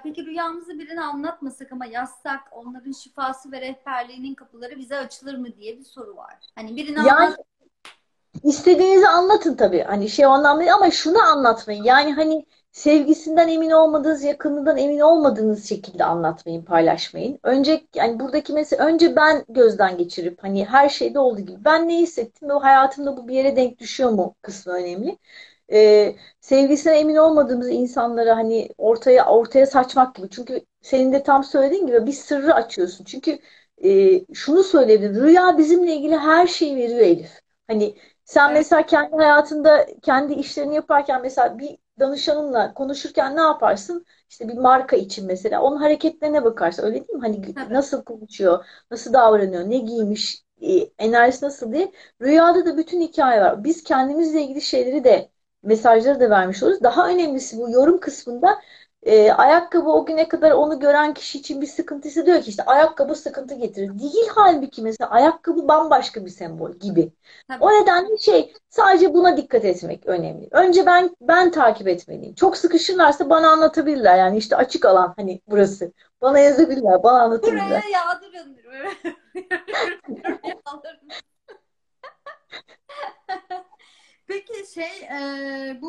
Peki rüyamızı birine anlatmasak ama yazsak onların şifası ve rehberliğinin kapıları bize açılır mı diye bir soru var. Hani birine Yani anlat. İstediğinizi anlatın tabii. Hani şey o anlamda değil ama şunu anlatmayın. Yani hani sevgisinden emin olmadığınız, yakınından emin olmadığınız şekilde anlatmayın, paylaşmayın. Önce yani buradaki mesela önce ben gözden geçirip hani her şeyde olduğu gibi ben ne hissettim ve hayatımda bu bir yere denk düşüyor mu kısmı önemli. Sevgisine emin olmadığımız insanlara hani ortaya saçmak gibi. Çünkü senin de tam söylediğin gibi bir sırrı açıyorsun. Çünkü şunu söyleyebilirim. Rüya bizimle ilgili her şeyi veriyor Elif. Hani sen Evet, mesela kendi hayatında kendi işlerini yaparken mesela bir danışanınla konuşurken ne yaparsın? İşte bir marka için mesela onun hareketlerine bakarsın. Öyle değil mi? Hani tabii. nasıl konuşuyor, nasıl davranıyor, ne giymiş, enerjisi nasıl diye. Rüyada da bütün hikaye var. Biz kendimizle ilgili şeyleri de mesajları da vermiş oluruz. Daha önemlisi bu yorum kısmında ayakkabı o güne kadar onu gören kişi için bir sıkıntısı diyor ki işte ayakkabı sıkıntı getirir. Değil halbuki mesela ayakkabı bambaşka bir sembol gibi. O Tabii. nedenle sadece buna dikkat etmek önemli. Önce ben takip etmeliyim. Çok sıkışırlarsa bana anlatabilirler. Yani işte açık alan hani burası. Bana yazabilirler, bana anlatabilirler. Buraya yağdırın. Yağdırın. Peki bu